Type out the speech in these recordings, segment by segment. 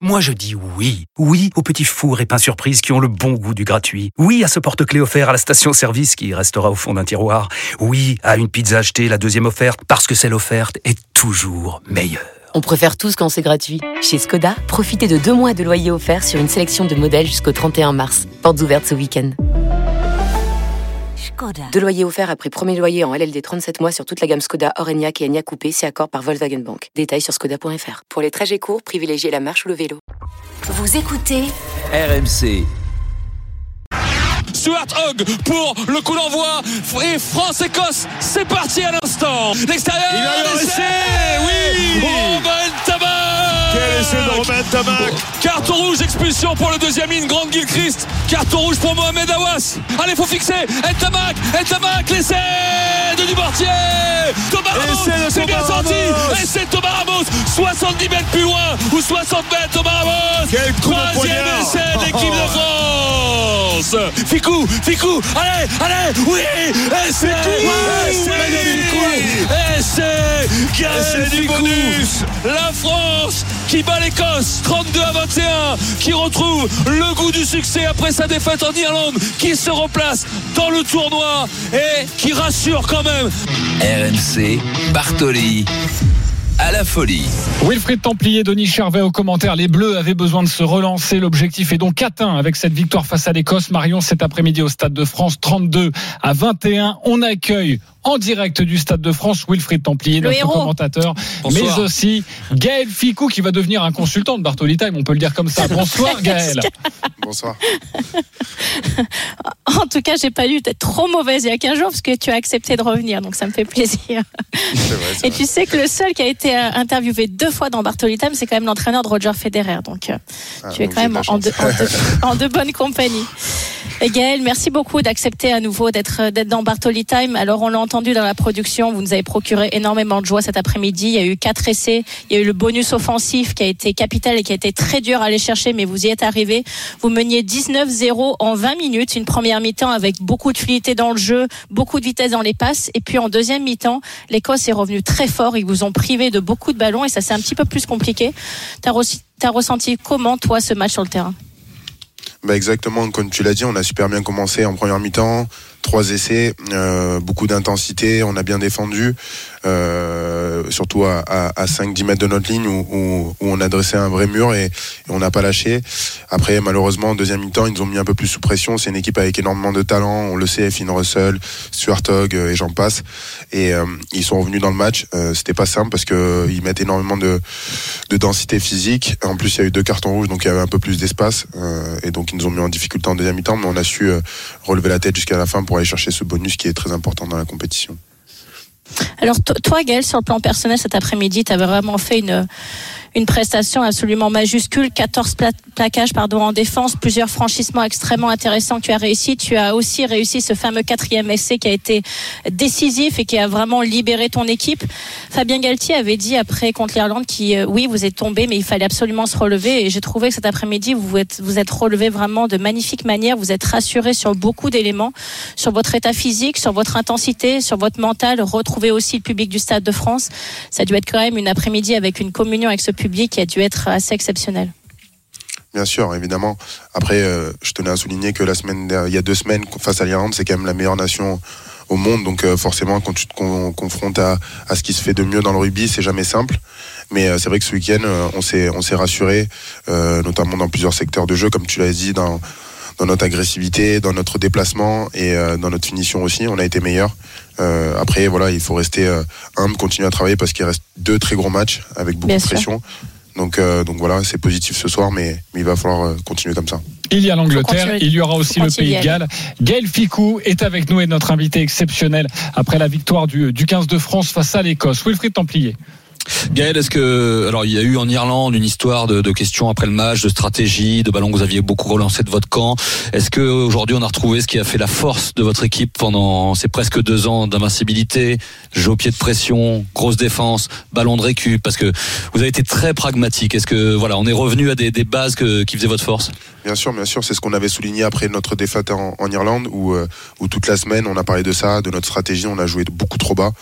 Moi je dis oui. Oui aux petits fours et pains surprises qui ont le bon goût du gratuit. Oui à ce porte-clés offert à la station-service qui restera au fond d'un tiroir. Oui à une pizza achetée, la deuxième offerte, parce que celle offerte est toujours meilleure. On préfère tous quand c'est gratuit. Chez Skoda, profitez de 2 mois de loyer offert sur une sélection de modèles jusqu'au 31 mars. Portes ouvertes ce week-end. Skoda. 2 loyers offerts après premier loyer en LLD 37 mois sur toute la gamme Skoda, Orenia et Enyaq Coupé, si accord par Volkswagen Bank. Détails sur skoda.fr. Pour les trajets courts, privilégiez la marche ou le vélo. Vous écoutez RMC. Stuart Hogg pour le coup d'envoi et France-Écosse, c'est parti à l'instant. L'extérieur, il a eu l'essai, oui, Robin Tamac. Quel essai de Robin Tamac. Carton rouge, expulsion pour le deuxième ligne, Grande Gilchrist. Carton rouge pour Mohamed Awas. Allez, faut fixer. Tamac, l'essai de Duportier. Thomas Ramos, c'est bien sorti. Essai de Thomas Ramos, 70 mètres plus loin ou 60 mètres, Thomas Ramos. Quel coup de troisième essai de l'équipe de France. Ficou, allez, oui, essai du bonus. La France qui bat l'Écosse 32-21, qui retrouve le goût du succès après sa défaite en Irlande, qui se replace dans le tournoi et qui rassure quand même. RMC, Bartoli à la folie. Wilfried Templier, Denis Charvet au commentaire. Les Bleus avaient besoin de se relancer. L'objectif est donc atteint avec cette victoire face à l'Écosse. Marion, cet après-midi au Stade de France, 32-21. On accueille en direct du Stade de France Wilfried Templier, notre commentateur. Bonsoir. Mais aussi Gaël Ficou qui va devenir un consultant de Bartoli Time, on peut le dire comme ça. Bonsoir Gaël. Bonsoir. En tout cas, j'ai pas dû être trop mauvaise il y a 15 jours parce que tu as accepté de revenir, donc ça me fait plaisir. C'est vrai. Et tu sais que le seul qui a été interviewé 2 fois dans Bartoli Time, c'est quand même l'entraîneur de Roger Federer, donc tu es quand même en de bonnes compagnies. Et Gaël, merci beaucoup d'accepter à nouveau d'être dans Bartoli Time. Alors on l'a entendu dans la production, vous nous avez procuré énormément de joie cet après-midi. Il y a eu 4 essais, il y a eu le bonus offensif qui a été capital et qui a été très dur à aller chercher, mais vous y êtes arrivé. Vous meniez 19-0 en 20 minutes, une première mi-temps avec beaucoup de fluidité dans le jeu, beaucoup de vitesse dans les passes, et puis en deuxième mi-temps, l'Écosse est revenue très fort, ils vous ont privé de beaucoup de ballons et ça c'est un petit peu plus compliqué. T'as ressenti comment toi ce match sur le terrain ? Exactement, comme tu l'as dit, on a super bien commencé en première mi-temps, 3 essais, beaucoup d'intensité, on a bien défendu, surtout à 5-10 mètres de notre ligne où on a dressé un vrai mur et on n'a pas lâché. Après, malheureusement, en deuxième mi-temps, ils nous ont mis un peu plus sous pression. C'est une équipe avec énormément de talent, on le sait, Finn Russell, Stuart Hogg et j'en passe. Et ils sont revenus dans le match. C'était pas simple parce qu'ils mettent énormément de densité physique. En plus, il y a eu 2 cartons rouges, donc il y avait un peu plus d'espace. Et donc, ils nous ont mis en difficulté en deuxième mi-temps, mais on a su relever la tête jusqu'à la fin pour aller chercher ce bonus qui est très important dans la compétition. Alors toi Gaël, sur le plan personnel cet après-midi, tu avais vraiment fait une prestation absolument majuscule, 14 plaquages en défense, plusieurs franchissements extrêmement intéressants que tu as réussi. Tu as aussi réussi ce fameux 4e essai qui a été décisif et qui a vraiment libéré ton équipe. Fabien Galtier avait dit après contre l'Irlande oui, vous êtes tombé, mais il fallait absolument se relever. Et j'ai trouvé que cet après-midi, vous êtes relevé vraiment de magnifique manière. Vous êtes rassuré sur beaucoup d'éléments, sur votre état physique, sur votre intensité, sur votre mental. Retrouver aussi le public du Stade de France. Ça a dû être quand même une après-midi avec une communion avec ce public qui a dû être assez exceptionnel. Bien sûr, évidemment. Après, je tenais à souligner que il y a 2 semaines, face à l'Irlande, c'est quand même la meilleure nation au monde. Donc forcément, quand tu te confrontes à ce qui se fait de mieux dans le rugby, c'est jamais simple. Mais c'est vrai que ce week-end, on s'est rassuré, notamment dans plusieurs secteurs de jeu, comme tu l'as dit, dans notre agressivité, dans notre déplacement et dans notre finition aussi, on a été meilleurs. Après, voilà, il faut rester humble, continuer à travailler parce qu'il reste 2 très gros matchs avec beaucoup de pression. Donc voilà, c'est positif ce soir, mais il va falloir continuer comme ça. Il y a l'Angleterre, il y aura aussi le Pays de Galles. Gaël Ficou est avec nous et notre invité exceptionnel après la victoire du 15 de France face à l'Écosse. Wilfried Templier. Gaël, alors il y a eu en Irlande une histoire de questions après le match, de stratégie, de ballons que vous aviez beaucoup relancé de votre camp. Est-ce que aujourd'hui on a retrouvé ce qui a fait la force de votre équipe pendant ces presque 2 ans d'invincibilité, jeu au pied de pression, grosse défense, ballon de récup, parce que vous avez été très pragmatique. Est-ce que on est revenu à des bases qui faisaient votre force? Bien sûr, c'est ce qu'on avait souligné après notre défaite en Irlande où toute la semaine on a parlé de ça, de notre stratégie, on a joué beaucoup trop bas.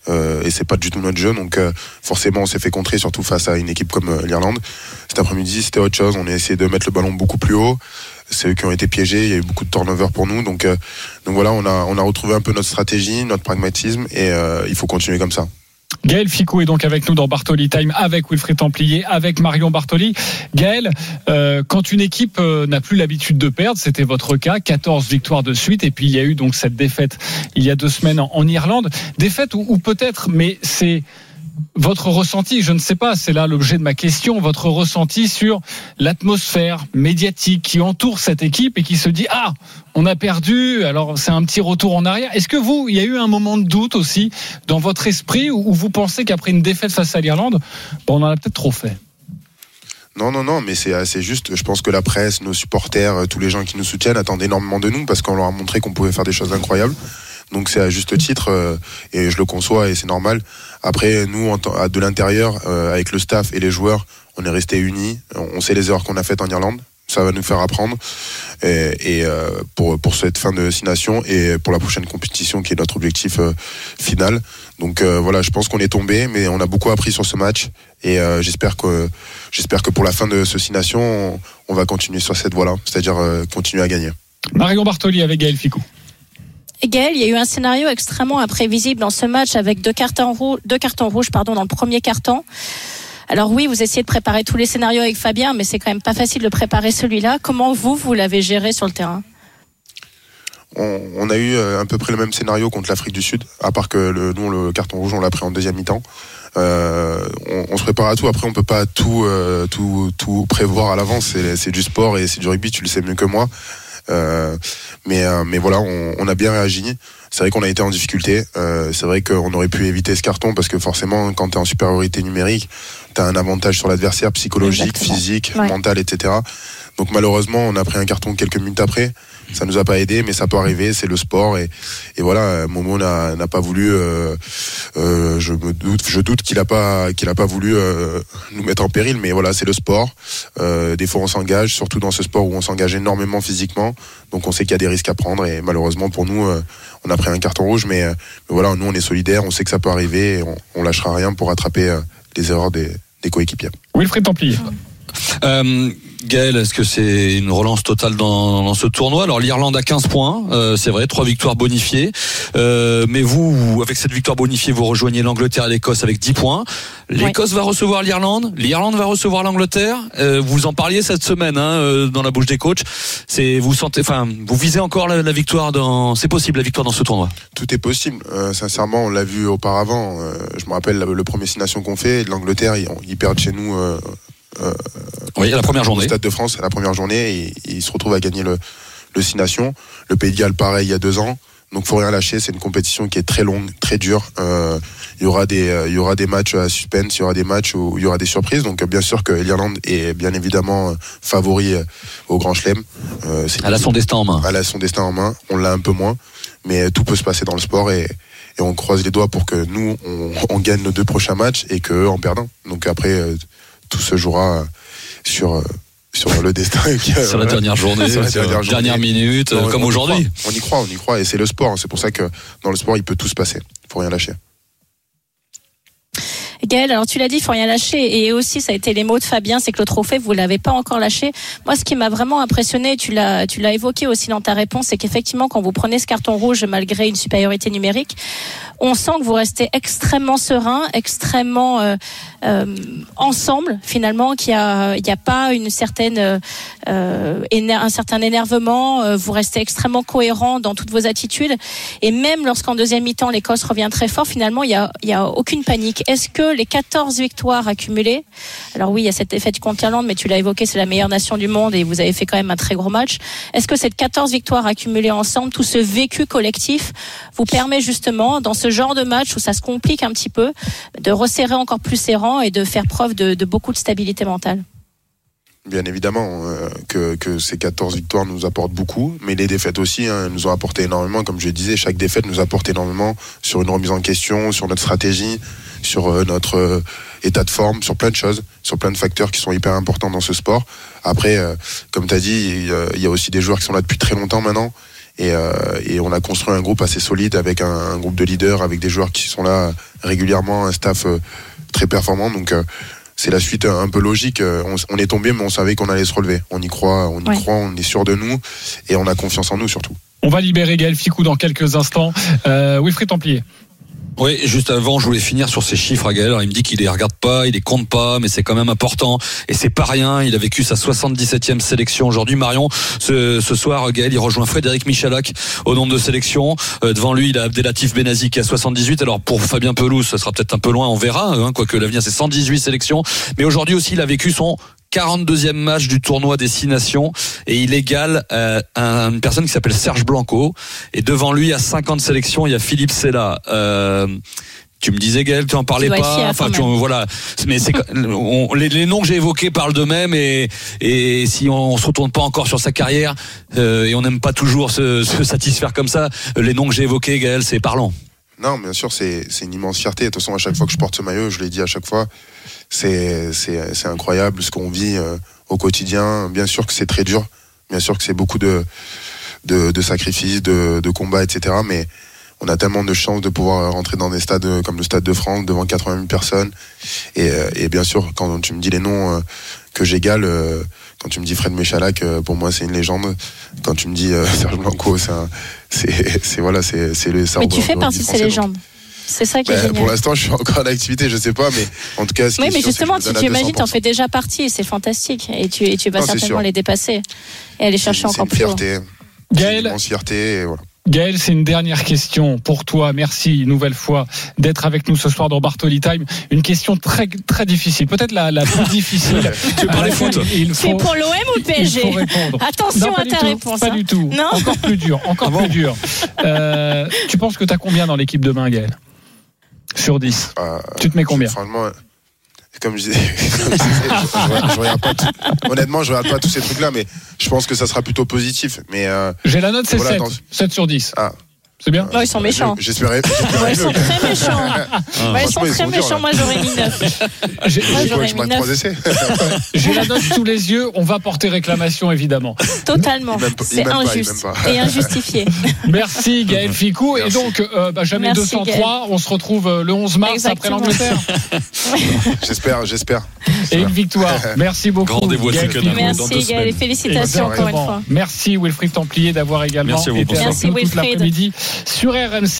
et c'est pas du tout notre jeu. Donc forcément, on s'est fait contrer, surtout face à une équipe comme l'Irlande. Cet après-midi, c'était autre chose. On a essayé de mettre le ballon beaucoup plus haut. C'est eux qui ont été piégés. Il y a eu beaucoup de turnover pour nous. Donc voilà, on a retrouvé un peu notre stratégie, notre pragmatisme, et il faut continuer comme ça. Gaël Ficou est donc avec nous dans Bartoli Time, avec Wilfried Templier, avec Marion Bartoli. Gaël, quand une équipe n'a plus l'habitude de perdre, c'était votre cas, 14 victoires de suite, et puis il y a eu donc cette défaite il y a 2 semaines en Irlande. Défaite ou peut-être, mais c'est votre ressenti, je ne sais pas, c'est là l'objet de ma question, votre ressenti sur l'atmosphère médiatique qui entoure cette équipe et qui se dit « Ah, on a perdu, alors c'est un petit retour en arrière ». Est-ce que il y a eu un moment de doute aussi dans votre esprit où vous pensez qu'après une défaite face à l'Irlande, on en a peut-être trop fait ? Non, mais c'est assez juste. Je pense que la presse, nos supporters, tous les gens qui nous soutiennent attendent énormément de nous parce qu'on leur a montré qu'on pouvait faire des choses incroyables. Donc c'est à juste titre et je le conçois et c'est normal. Après, nous, de l'intérieur, avec le staff et les joueurs, on est restés unis. On sait les erreurs qu'on a faites en Irlande. Ça va nous faire apprendre et pour cette fin de 6 nations et pour la prochaine compétition qui est notre objectif final. Donc voilà, je pense qu'on est tombé, mais on a beaucoup appris sur ce match et j'espère que pour la fin de ce 6 nations, on va continuer sur cette voie-là, c'est-à-dire continuer à gagner. Marion Bartoli avec Gaël Ficou. Gaël, il y a eu un scénario extrêmement imprévisible dans ce match avec deux cartons rouges dans le premier quart-temps. Alors oui, vous essayez de préparer tous les scénarios avec Fabien, mais c'est quand même pas facile de préparer celui-là. Comment vous l'avez géré sur le terrain ? On a eu à peu près le même scénario contre l'Afrique du Sud, à part que nous, le carton rouge, on l'a pris en deuxième mi-temps. On se prépare à tout. Après, on peut pas tout prévoir à l'avance. C'est du sport et c'est du rugby, tu le sais mieux que moi. Mais voilà, on a bien réagi. C'est vrai qu'on a été en difficulté. C'est vrai qu'on aurait pu éviter ce carton parce que forcément, quand tu es en supériorité numérique, tu as un avantage sur l'adversaire psychologique, Exactement. physique, mental, etc. Donc malheureusement, on a pris un carton quelques minutes après. Ça nous a pas aidé, mais ça peut arriver, c'est le sport et voilà. Momo n'a pas voulu. Je doute qu'il a pas voulu nous mettre en péril, mais voilà, c'est le sport. Des fois, on s'engage, surtout dans ce sport où on s'engage énormément physiquement. Donc, on sait qu'il y a des risques à prendre et malheureusement pour nous, on a pris un carton rouge, mais voilà, nous on est solidaires, on sait que ça peut arriver, et on lâchera rien pour rattraper les erreurs des coéquipiers. Wilfried Templier. Gaël, est-ce que c'est une relance totale dans ce tournoi ? Alors l'Irlande a 15 points, c'est vrai, 3 victoires bonifiées. Mais vous, avec cette victoire bonifiée, vous rejoignez l'Angleterre et l'Écosse avec 10 points. L'Écosse va recevoir l'Irlande va recevoir l'Angleterre. Vous en parliez cette semaine dans la bouche des coachs. Vous visez encore la victoire c'est possible la victoire dans ce tournoi ? Tout est possible. Sincèrement, on l'a vu auparavant. Je me rappelle le premier 6 nations qu'on fait. L'Angleterre, ils perdent chez nous. Oui, la première journée. Au Stade de France, la première journée, et ils se retrouvent à gagner le 6 nations. Le Pays de Galles, pareil, il y a 2 ans. Donc, faut rien lâcher. C'est une compétition qui est très longue, très dure. Il y aura des matchs à suspense, il y aura des matchs où il y aura des surprises. Donc, bien sûr que l'Irlande est bien évidemment favori au Grand Chelem. Elle a son destin en main. Elle a son destin en main. On l'a un peu moins, mais tout peut se passer dans le sport et on croise les doigts pour que nous, on gagne nos 2 prochains matchs et qu'eux en perdent un. Donc après, tout se jouera sur le destin. Sur la dernière journée, dernière minute, comme aujourd'hui. On y croit et c'est le sport. C'est pour ça que dans le sport, il peut tout se passer. Il faut rien lâcher. Gaël, alors tu l'as dit, il faut rien lâcher, et aussi ça a été les mots de Fabien, c'est que le trophée vous l'avez pas encore lâché. Moi, ce qui m'a vraiment impressionné, tu l'as évoqué aussi dans ta réponse, c'est qu'effectivement quand vous prenez ce carton rouge malgré une supériorité numérique, on sent que vous restez extrêmement serein, extrêmement ensemble finalement, qu'il y a pas une certaine un certain énervement, vous restez extrêmement cohérent dans toutes vos attitudes, et même lorsqu'en deuxième mi-temps l'Écosse revient très fort, finalement il y a aucune panique. Est-ce que les 14 victoires accumulées, alors oui, il y a cette défaite contre l'Irlande, mais tu l'as évoqué, c'est la meilleure nation du monde et vous avez fait quand même un très gros match. Est-ce que ces 14 victoires accumulées ensemble, tout ce vécu collectif, vous permet justement, dans ce genre de match où ça se complique un petit peu, de resserrer encore plus ses rangs et de faire preuve de beaucoup de stabilité mentale ? Bien évidemment que ces 14 victoires nous apportent beaucoup, mais les défaites aussi nous ont apporté énormément. Comme je le disais, chaque défaite nous apporte énormément sur une remise en question, sur notre stratégie, sur notre état de forme, sur plein de choses, sur plein de facteurs qui sont hyper importants dans ce sport. Après, comme tu as dit, il y a aussi des joueurs qui sont là depuis très longtemps maintenant Et on a construit un groupe assez solide avec un groupe de leaders, avec des joueurs qui sont là régulièrement, un staff très performant. Donc c'est la suite un peu logique. On est tombé, mais on savait qu'on allait se relever. On y croit, on est sûr de nous et on a confiance en nous surtout. On va libérer Gaël Fickou dans quelques instants. Wilfried Templier. Oui, juste avant, je voulais finir sur ces chiffres à Gaël. Alors, il me dit qu'il les regarde pas, il les compte pas, mais c'est quand même important. Et c'est pas rien. Il a vécu sa 77e sélection aujourd'hui. Marion, ce soir, Gaël, il rejoint Frédéric Michalak au nombre de sélections. Devant lui, il a Abdelatif Benazi qui a 78. Alors, pour Fabien Pelouse, ça sera peut-être un peu loin, on verra, quoique l'avenir, c'est 118 sélections. Mais aujourd'hui aussi, il a vécu son 42e match du tournoi des 6 nations et il égale une personne qui s'appelle Serge Blanco, et devant lui à 50 sélections il y a Philippe Sella. Tu me disais, Gaël, tu en parlais pas. Enfin, voilà. Mais les noms que j'ai évoqués parlent d'eux-mêmes, et si on se retourne pas encore sur sa carrière et on n'aime pas toujours se satisfaire comme ça, les noms que j'ai évoqués, Gaël, c'est parlant. Non, bien sûr, c'est une immense fierté. De toute façon, à chaque fois que je porte ce maillot, je l'ai dit à chaque fois, c'est incroyable ce qu'on vit au quotidien. Bien sûr que c'est très dur, bien sûr que c'est beaucoup de sacrifices, de combats, etc. Mais on a tellement de chance de pouvoir rentrer dans des stades comme le Stade de France devant 80 000 personnes. Et bien sûr, quand tu me dis les noms que j'égale, quand tu me dis Fred Michalak, pour moi c'est une légende. Quand tu me dis Serge Blanco, c'est le. Mais tu fais partie de ces légendes. C'est ça qui est génial. Pour l'instant, je suis encore en activité, je sais pas, mais en tout cas, oui, mais justement, tu imagines, t'en fais déjà partie, c'est fantastique, et tu vas certainement les dépasser et aller chercher encore plus loin. Gaël, une immense fierté, et voilà. Gaël, c'est une dernière question pour toi. Merci une nouvelle fois d'être avec nous ce soir dans Bartoli Time. Une question très très difficile, peut-être la plus difficile. Tu parles foot. C'est pour l'OM ou le PSG? Il faut répondre. Attention à ta réponse. Pas du tout. Non. Encore plus dur. Plus dur. Tu penses que tu as combien dans l'équipe demain, Gaël? Sur 10. Tu te mets combien? Franchement, comme je disais, je regarde pas honnêtement, je regarde pas tous ces trucs-là, mais je pense que ça sera plutôt positif. Mais j'ai la note, c'est 7. 7 sur 10. C'est bien. Non, ils sont méchants. J'espérais. Ils sont très méchants. Ils sont très méchants. Moi, j'aurais mis 9. J'aurais mis 9. J'ai la note sous les yeux. On va porter réclamation, évidemment. Totalement. C'est injuste et injustifié. Merci, Gaël Fickou. Et donc, jamais 203. Gaël. On se retrouve le 11 mars. Exactement. Après l'Angleterre. J'espère. Et une victoire. Merci beaucoup. Rendez-vous Gaël Fickou. Merci, Gaël. Félicitations encore une fois. Merci, Wilfried Templier, d'avoir également été avec nous toute l'après-midi sur RMC.